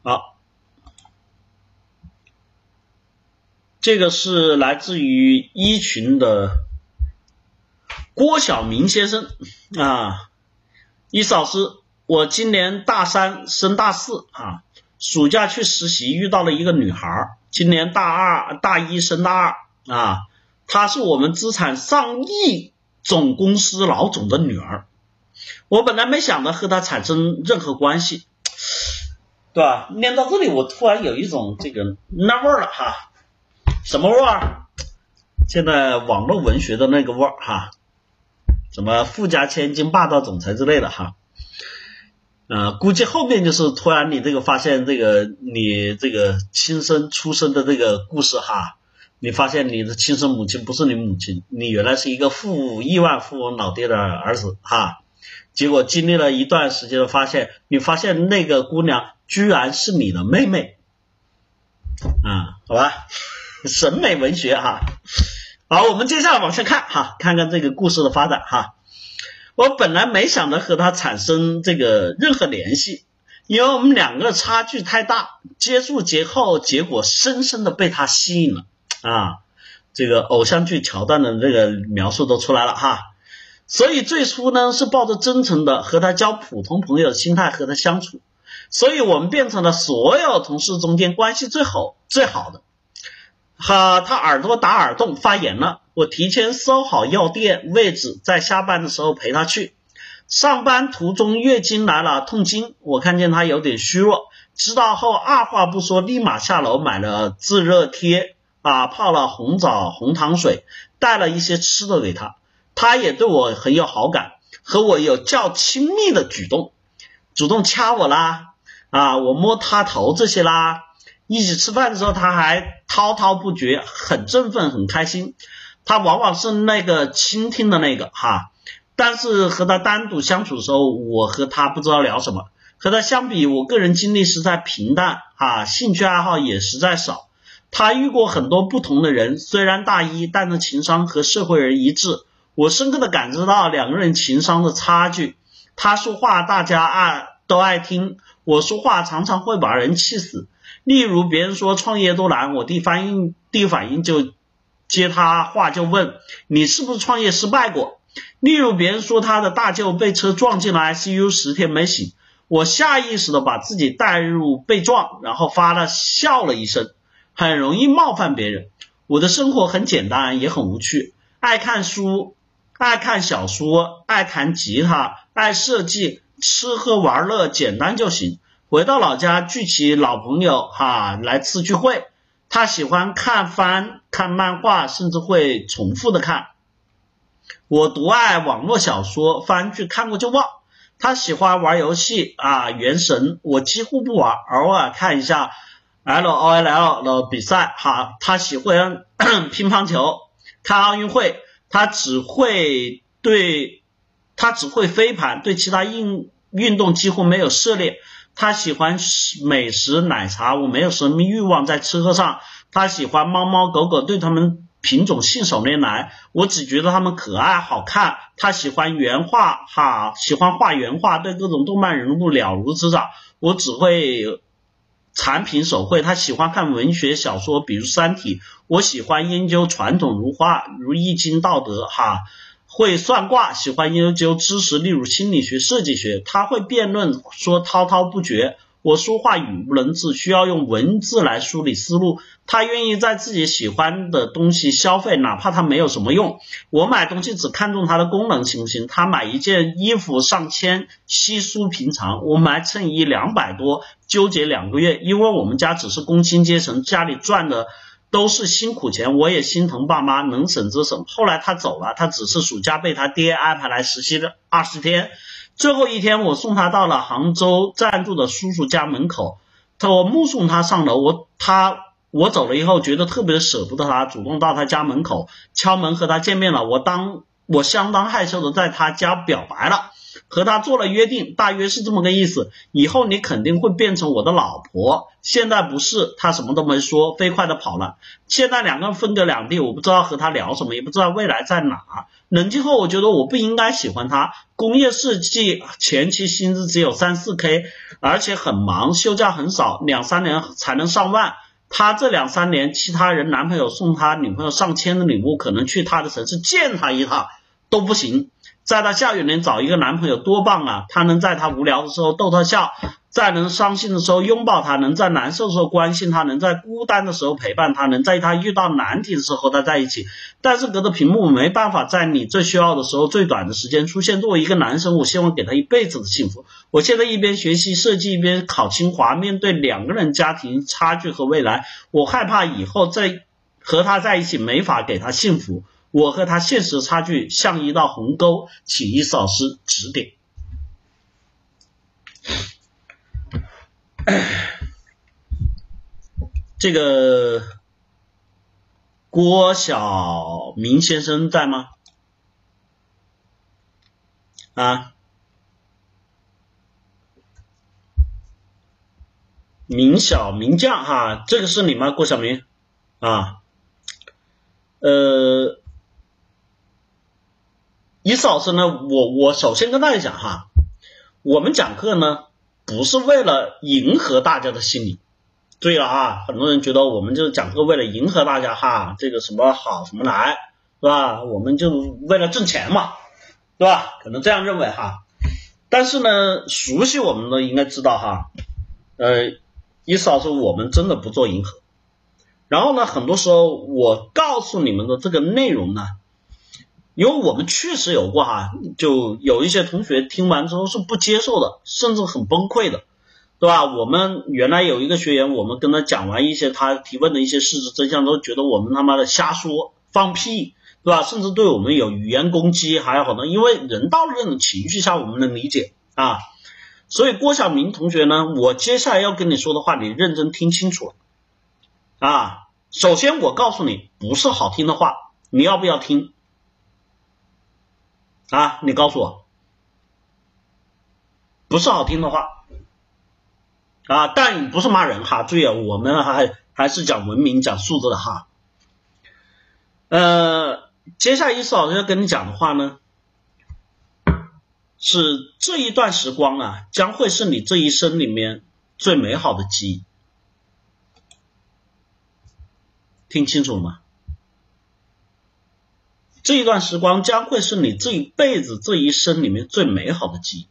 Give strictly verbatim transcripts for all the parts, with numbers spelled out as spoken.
好，这个是来自于一群的郭晓明先生啊，伊老师，我今年大三升大四啊，暑假去实习遇到了一个女孩，今年大二大一升大二啊，她是我们资产上亿总公司老总的女儿，我本来没想着和她产生任何关系，对吧？念到这里我突然有一种这个那味儿了哈，什么味儿？现在网络文学的那个味儿哈，什么富家千金霸道总裁之类的哈。呃，估计后面就是突然你这个发现这个你这个亲生出生的这个故事哈，你发现你的亲生母亲不是你母亲，你原来是一个富亿万富翁老爹的儿子哈，结果经历了一段时间的发现，你发现那个姑娘居然是你的妹妹啊，好吧，审美文学哈。好，我们接下来往下看哈，看看这个故事的发展哈。我本来没想着和他产生这个任何联系，因为我们两个差距太大，接触节后，结果深深的被他吸引了啊！这个偶像剧桥段的这个描述都出来了哈。所以最初呢是抱着真诚的和他交普通朋友的心态和他相处，所以我们变成了所有同事中间关系最好最好的。哈，他耳朵打耳洞发炎了，我提前搜好药店位置，在下班的时候陪他去。上班途中月经来了，痛经，我看见他有点虚弱，知道后二话不说立马下楼买了自热贴啊，泡了红枣红糖水，带了一些吃的给他。他也对我很有好感，和我有较亲密的举动，主动掐我啦啊，我摸他头这些啦。一起吃饭的时候他还滔滔不绝，很振奋很开心，他往往是那个倾听的那个哈，但是和他单独相处的时候，我和他不知道聊什么，和他相比我个人经历实在平淡啊，兴趣爱好也实在少。他遇过很多不同的人，虽然大一，但是情商和社会人一致，我深刻的感知到两个人情商的差距，他说话大家爱都爱听，我说话常常会把人气死。例如别人说创业多难，我第一反应第一反应就接他话就问你是不是创业失败过。例如别人说他的大舅被车撞进了 I C U 十天没醒，我下意识的把自己带入被撞，然后发了笑了一声，很容易冒犯别人。我的生活很简单也很无趣，爱看书，爱看小说，爱弹吉他，爱设计，吃喝玩乐简单就行。回到老家聚起老朋友哈来次聚会，他喜欢看番看漫画，甚至会重复的看。我独爱网络小说，番剧看过就忘。他喜欢玩游戏啊，原神我几乎不玩，偶尔看一下 L O L L 的比赛哈。他喜欢乒乓球，看奥运会，他只会对他只会飞盘，对其他运运动几乎没有涉猎。他喜欢美食奶茶，我没有什么欲望在吃喝上。他喜欢猫猫狗狗，对他们品种信手拈来，我只觉得他们可爱好看。他喜欢原画哈，喜欢画原画，对各种动漫人物了如指掌，我只会产品手绘。他喜欢看文学小说，比如三体，我喜欢研究传统儒画，如易经道德哈。会算卦，喜欢研究知识，例如心理学设计学。他会辩论，说滔滔不绝，我说话语无伦次，需要用文字来梳理思路。他愿意在自己喜欢的东西消费，哪怕它没有什么用。我买东西只看重它的功能行不行？他买一件衣服上千，稀疏平常，我买衬衣两百多，纠结两个月。因为我们家只是工薪阶层，家里赚的都是辛苦钱，我也心疼爸妈，能省则省。后来他走了，他只是暑假被他爹安排来实习了二十天，最后一天我送他到了杭州暂住的叔叔家门口，他我目送他上楼，我他我走了以后觉得特别舍不得他，主动到他家门口敲门和他见面了，我当我相当害羞的在他家表白了。 和他做了约定，大约是这么个意思，以后你肯定会变成我的老婆，现在不是。他什么都没说，飞快的跑了。现在两个人分隔两地，我不知道和他聊什么，也不知道未来在哪。冷静后我觉得我不应该喜欢他，工业设计前期薪资只有 三四 K， 而且很忙，休假很少，两三年才能上万。他这两三年其他人男朋友送他女朋友上千的礼物，可能去他的城市见他一趟都不行，在他下雨年找一个男朋友多棒啊，他能在他无聊的时候逗他笑，在能伤心的时候拥抱他，能在难受的时候关心他，能在孤单的时候陪伴他，能在他遇到难题的时候和他在一起。但是隔着屏幕没办法在你最需要的时候最短的时间出现。作为一个男生，我希望给他一辈子的幸福。我现在一边学习设计一边考清华，面对两个人家庭差距和未来，我害怕以后再和他在一起没法给他幸福。我和他现实差距像一道鸿沟，请易老师指点。这个郭晓明先生在吗？啊，明晓明将哈，这个是你吗？郭晓明啊，呃。伊斯老师呢，我我首先跟大家讲哈，我们讲课呢不是为了迎合大家的心理，注意了啊，很多人觉得我们就是讲课为了迎合大家哈，这个什么好什么来，是吧？我们就为了挣钱嘛，对吧？可能这样认为哈，但是呢，熟悉我们的应该知道哈，呃，伊斯老师我们真的不做迎合，然后呢，很多时候我告诉你们的这个内容呢。因为我们确实有过哈，就有一些同学听完之后是不接受的，甚至很崩溃的，对吧？我们原来有一个学员，我们跟他讲完一些他提问的一些事实真相，都觉得我们他妈的瞎说放屁，对吧？甚至对我们有语言攻击，还有很多，因为人到了这种情绪下，我们能理解啊。所以郭晓明同学呢，我接下来要跟你说的话，你认真听清楚了啊。首先我告诉你，不是好听的话，你要不要听？啊，你告诉我，不是好听的话啊，但不是骂人哈，注意啊，我们还还是讲文明、讲素质的哈。呃，接下来伊斯老师要跟你讲的话呢，是这一段时光啊，将会是你这一生里面最美好的记忆，听清楚了吗？这一段时光将会是你这一辈子这一生里面最美好的记忆。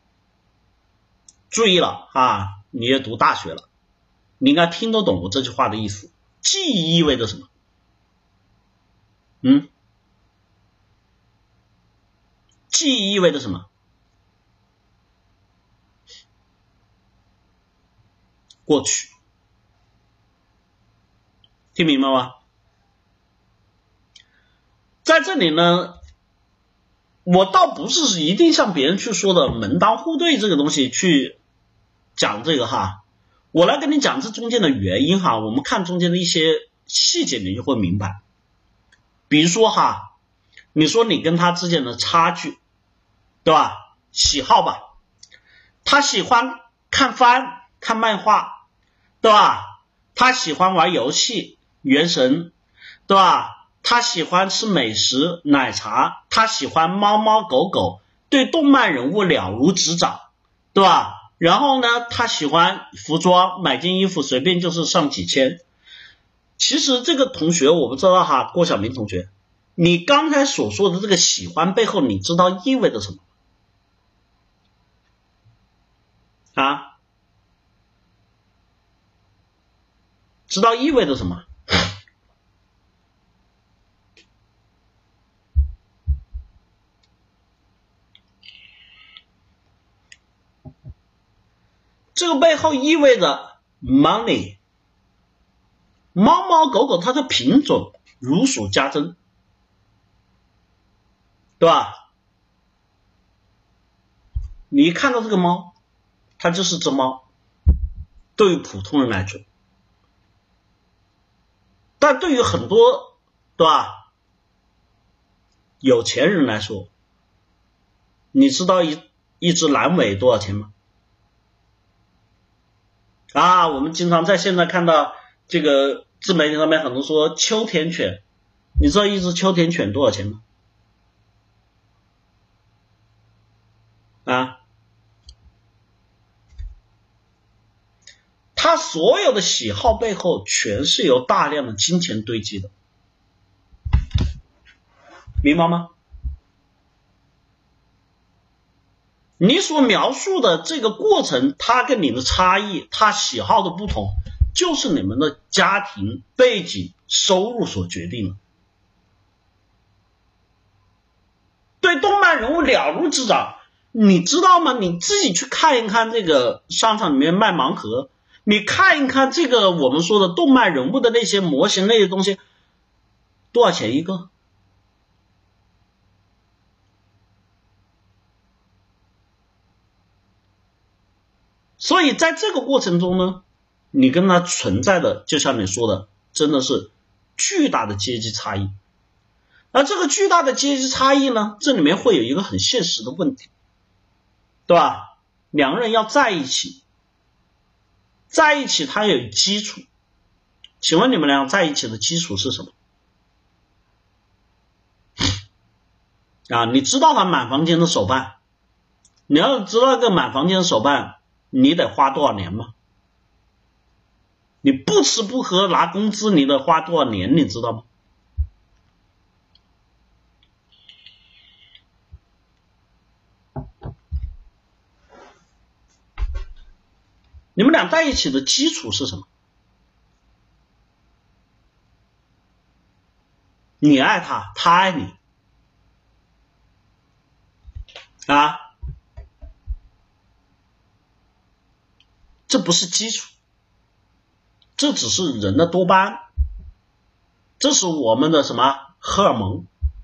注意了啊，你也读大学了，你应该听得懂我这句话的意思。记忆意味着什么？嗯，记忆意味着什么？过去，听明白吗？在这里呢，我倒不是一定像别人去说的门当户对这个东西去讲这个哈，我来跟你讲这中间的原因哈，我们看中间的一些细节你就会明白。比如说哈，你说你跟他之间的差距，对吧？喜好吧，他喜欢看番看漫画，对吧？他喜欢玩游戏原神，对吧？他喜欢吃美食奶茶，他喜欢猫猫狗狗，对动漫人物了如指掌，对吧？然后呢，他喜欢服装，买件衣服随便就是上几千。其实这个同学我不知道哈，郭晓明同学，你刚才所说的这个喜欢背后，你知道意味着什么？啊？知道意味着什么？这个背后意味着 money， 猫猫狗狗它的品种如数家珍，对吧？你一看到这个猫，它就是只猫，对于普通人来说，但对于很多，对吧？有钱人来说，你知道一一只蓝尾多少钱吗？啊，我们经常在现在看到这个自媒体上面很多说秋田犬，你知道一只秋田犬多少钱吗？啊，它所有的喜好背后全是由大量的金钱堆积的，明白吗？你所描述的这个过程，它跟你的差异，它喜好的不同，就是你们的家庭背景、收入所决定的。对动漫人物了如指掌，你知道吗？你自己去看一看这个商场里面卖盲盒，你看一看这个我们说的动漫人物的那些模型类的东西，多少钱一个？所以在这个过程中呢，你跟他存在的，就像你说的，真的是巨大的阶级差异。而这个巨大的阶级差异呢，这里面会有一个很现实的问题，对吧？两个人要在一起，在一起他有基础，请问你们俩在一起的基础是什么？啊，你知道他满房间的手办，你要知道这个满房间的手办，你得花多少年吗？你不吃不喝拿工资，你得花多少年，你知道吗？你们俩在一起的基础是什么？你爱他，他爱你啊，这不是基础，这只是人的多巴胺，这是我们的什么荷尔蒙。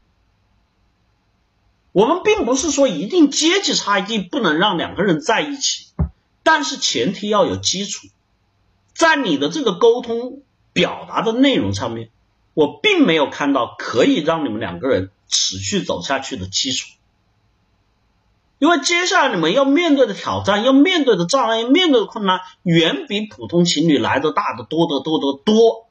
我们并不是说一定阶级差异不能让两个人在一起，但是前提要有基础。在你的这个沟通表达的内容上面，我并没有看到可以让你们两个人持续走下去的基础。因为接下来你们要面对的挑战，要面对的障碍，要面对的困难，远比普通情侣来的大得多得多得多。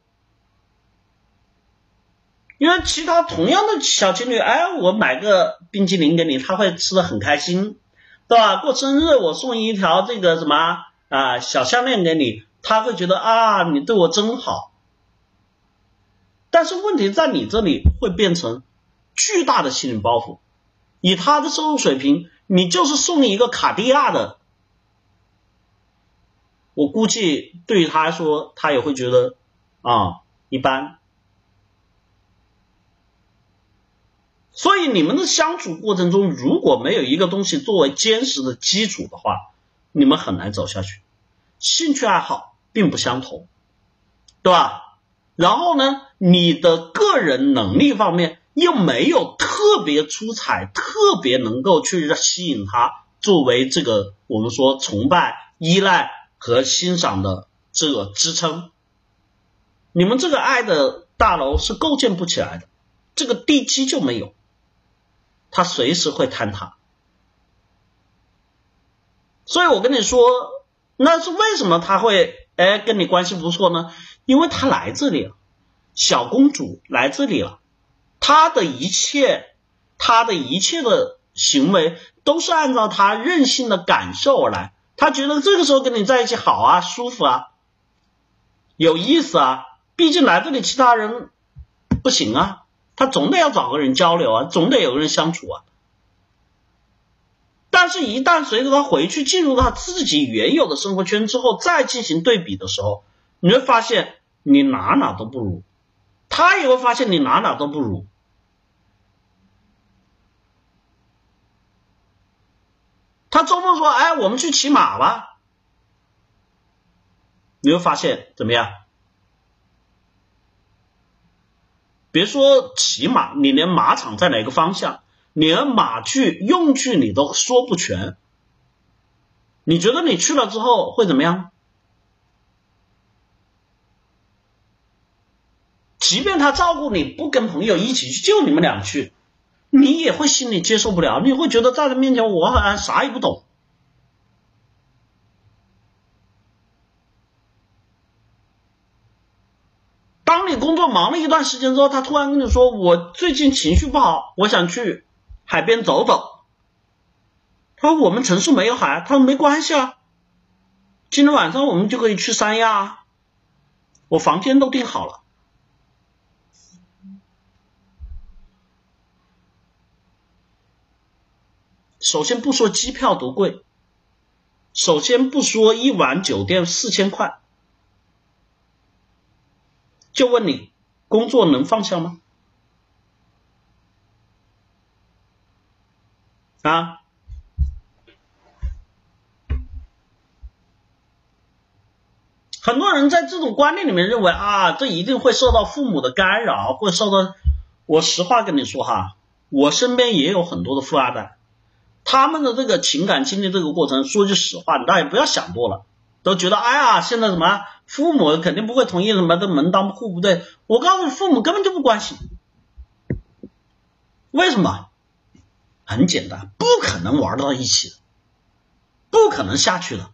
因为其他同样的小情侣，哎，我买个冰淇淋给你，他会吃得很开心，对吧？过生日我送一条这个什么啊小项链给你，他会觉得啊你对我真好。但是问题在你这里会变成巨大的心理包袱，以他的收入水平，你就是送你一个卡地亚的，我估计对于他来说，他也会觉得啊一般。所以你们的相处过程中，如果没有一个东西作为坚实的基础的话，你们很难走下去。兴趣爱好并不相同，对吧？然后呢，你的个人能力方面又没有特别出彩，特别能够去吸引他作为这个我们说崇拜、依赖和欣赏的这个支撑，你们这个爱的大楼是构建不起来的，这个地基就没有，它随时会坍塌。所以我跟你说，那是为什么他会哎跟你关系不错呢？因为他来这里了，小公主来这里了，他的一切他的一切的行为都是按照他任性的感受而来，他觉得这个时候跟你在一起好啊，舒服啊，有意思啊，毕竟来这里其他人不行啊，他总得要找个人交流啊，总得有个人相处啊。但是一旦随着他回去进入他自己原有的生活圈之后，再进行对比的时候，你会发现你哪哪都不如，他也会发现你哪哪都不如。他周末说哎我们去骑马吧，你会发现怎么样？别说骑马，你连马场在哪个方向，你连马具用具你都说不全，你觉得你去了之后会怎么样？即便他照顾你，不跟朋友一起去，就你们俩去， 你也会心里接受不了，你会觉得在他面前我好像啥也不懂。当你工作忙了一段时间之后，他突然跟你说我最近情绪不好，我想去海边走走。他说我们城市没有海，他说没关系啊，今天晚上我们就可以去三亚啊，我房间都订好了。首先不说机票多贵，首先不说一晚酒店四千块，就问你工作能放下吗？啊？很多人在这种观念里面认为啊，这一定会受到父母的干扰，会受到，我实话跟你说哈，我身边也有很多的富二代，他们的这个情感经历这个过程，说句实话，大家不要想多了，都觉得哎呀，现在什么父母肯定不会同意什么的门当户不对，我告诉你，父母根本就不关心。为什么？很简单，不可能玩到一起的，不可能下去的，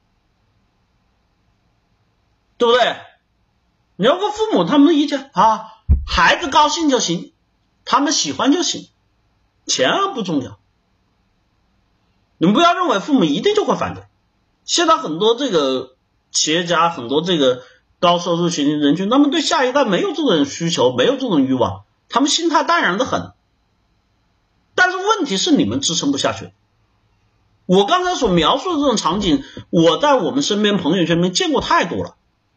对不对？你要问父母他们的意见啊，孩子高兴就行，他们喜欢就行，钱不重要。你们不要认为父母一定就会反对。现在很多这个企业家，很多这个高收入群人群，他们对下一代没有这种需求，没有这种欲望，他们心态淡然的很。但是问题是你们支撑不下去。我刚才所描述的这种场景，我在我们身边朋友圈里面见过太多了。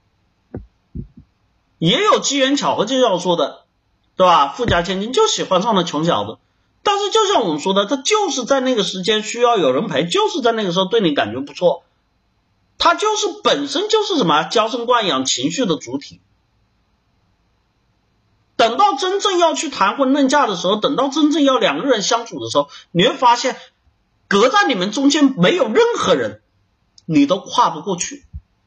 也有机缘巧合，就像我说的，对吧？富家千金就喜欢上了穷小子，但是就像我们说的，他就是在那个时间需要有人陪，就是在那个时候对你感觉不错，他就是本身就是什么娇生惯养情绪的主体。等到真正要去谈婚论嫁的时候，等到真正要两个人相处的时候，你会发现隔在你们中间没有任何人，你都跨不过去。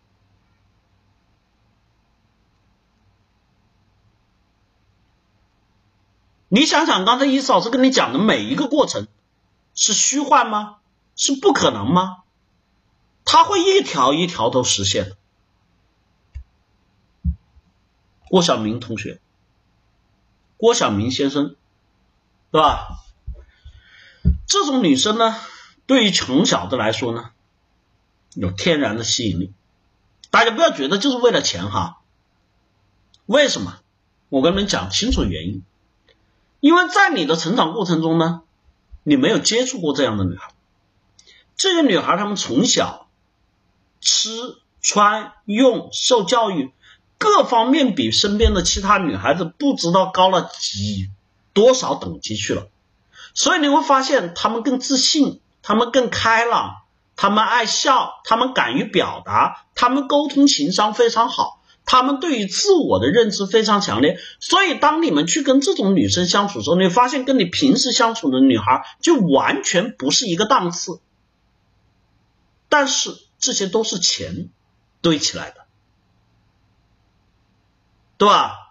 你想想刚才伊斯老师跟你讲的每一个过程是虚幻吗？是不可能吗？他会一条一条都实现的。郭晓明同学，郭晓明先生，对吧？这种女生呢，对于穷小子来说呢，有天然的吸引力。大家不要觉得就是为了钱哈。为什么？我跟你们讲清楚原因。因为在你的成长过程中呢，你没有接触过这样的女孩。这些女孩她们从小吃穿用受教育各方面比身边的其他女孩子不知道高了几多少等级去了，所以你会发现她们更自信，她们更开朗，她们爱笑，她们敢于表达，她们沟通情商非常好，他们对于自我的认知非常强烈，所以当你们去跟这种女生相处的时候，你发现跟你平时相处的女孩就完全不是一个档次。但是这些都是钱堆起来的，对吧？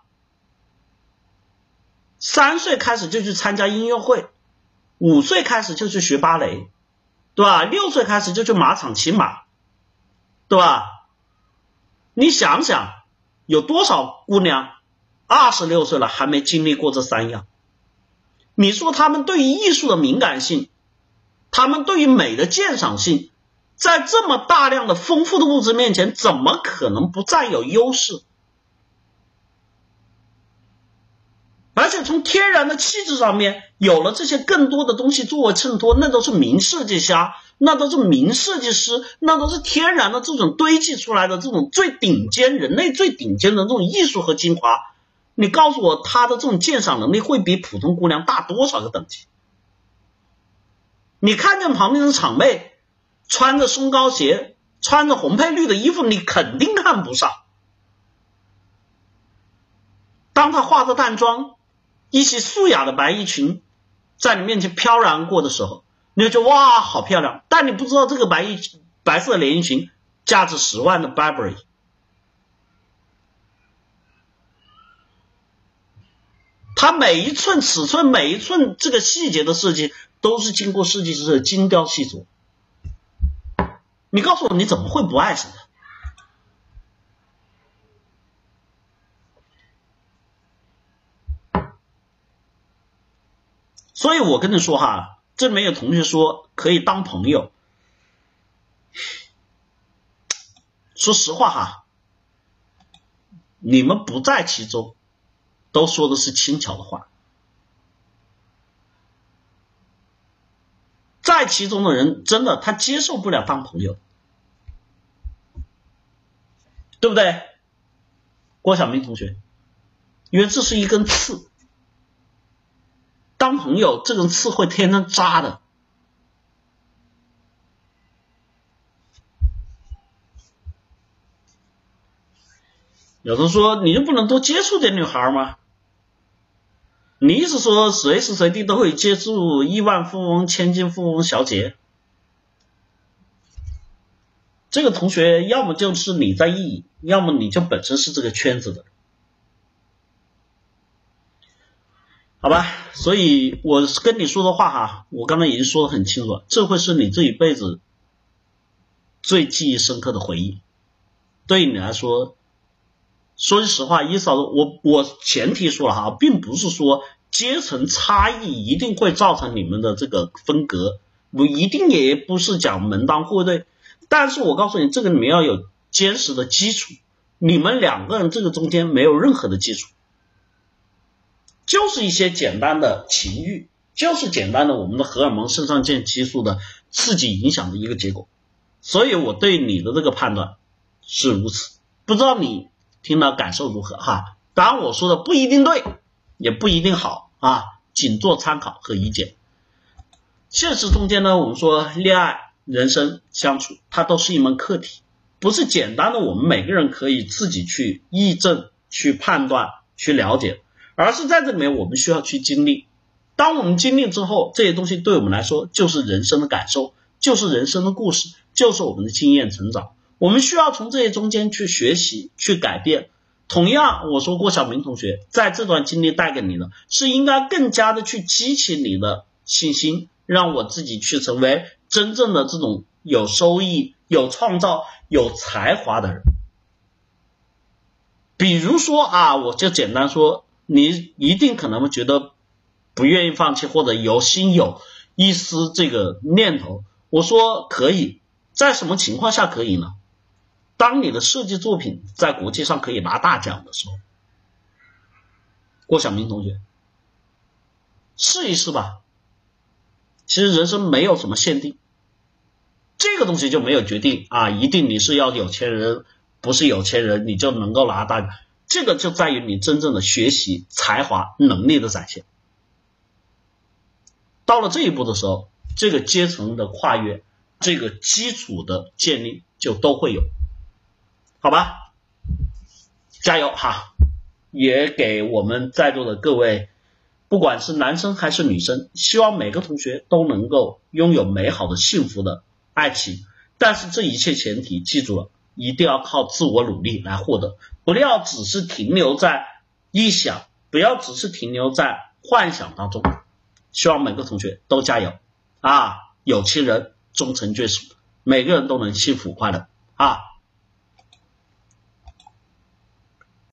三岁开始就去参加音乐会，五岁开始就去学芭蕾，对吧？六岁开始就去马场骑马，对吧？你想想有多少姑娘二十六岁了还没经历过这三样？你说他们对于艺术的敏感性，他们对于美的鉴赏性，在这么大量的丰富的物质面前，怎么可能不占有优势？而且从天然的气质上面有了这些更多的东西作为衬托，那都是名设计家，那都是名设计师，那都是天然的这种堆砌出来的这种最顶尖人类最顶尖的这种艺术和精华。你告诉我他的这种鉴赏能力会比普通姑娘大多少个等级？你看见旁边的场妹穿着松糕鞋，穿着红配绿的衣服，你肯定看不上。当她化着淡妆，一袭素雅的白衣裙在你面前飘然过的时候，你就觉得哇好漂亮，但你不知道这个白衣白色的连衣裙价值十万的 Burberry。 它每一寸尺寸，每一寸这个细节的设计，都是经过设计师的精雕细琢。你告诉我，你怎么会不爱上它？所以我跟你说哈，这里面有同学说可以当朋友，说实话哈，你们不在其中，都说的是轻巧的话。在其中的人真的他接受不了当朋友，对不对？郭晓明同学，因为这是一根刺，当朋友这根刺会天天扎的。有人说你就不能多接触点女孩吗？你意思说随时随地都会接触亿万富翁、千金富翁小姐？这个同学要么就是你在意，要么你就本身是这个圈子的，好吧？所以我跟你说的话哈，我刚才已经说得很清楚了，这会是你这一辈子最记忆深刻的回忆。对于你来说，说句实话，伊嫂，我我前提说了哈，并不是说阶层差异一定会造成你们的这个分隔，我一定也不是讲门当户对，但是我告诉你，这个里面要有坚实的基础，你们两个人这个中间没有任何的基础，就是一些简单的情欲，就是简单的我们的荷尔蒙、肾上腺激素的刺激影响的一个结果。所以我对你的这个判断是如此，不知道你听了感受如何哈？当然我说的不一定对，也不一定好啊，仅做参考和意见。现实中间呢，我们说恋爱、人生、相处，它都是一门课题，不是简单的我们每个人可以自己去议证、去判断、去了解，而是在这里面我们需要去经历。当我们经历之后，这些东西对我们来说就是人生的感受，就是人生的故事，就是我们的经验成长。我们需要从这些中间去学习，去改变。同样，我说郭晓明同学在这段经历带给你的是应该更加的去激起你的信心，让我自己去成为真正的这种有收益、有创造、有才华的人。比如说啊，我就简单说，你一定可能会觉得不愿意放弃，或者有心有一丝这个念头。我说可以，在什么情况下可以呢？当你的设计作品在国际上可以拿大奖的时候，郭晓明同学，试一试吧。其实人生没有什么限定，这个东西就没有决定啊，一定你是要有钱人，不是有钱人你就能够拿大奖，这个就在于你真正的学习、才华、能力的展现。到了这一步的时候，这个阶层的跨越，这个基础的建立就都会有。好吧，加油哈！也给我们在座的各位，不管是男生还是女生，希望每个同学都能够拥有美好的幸福的爱情，但是这一切前提记住了，一定要靠自我努力来获得，不要只是停留在臆想，不要只是停留在幻想当中。希望每个同学都加油啊！有情人终成眷属，每个人都能幸福快乐啊！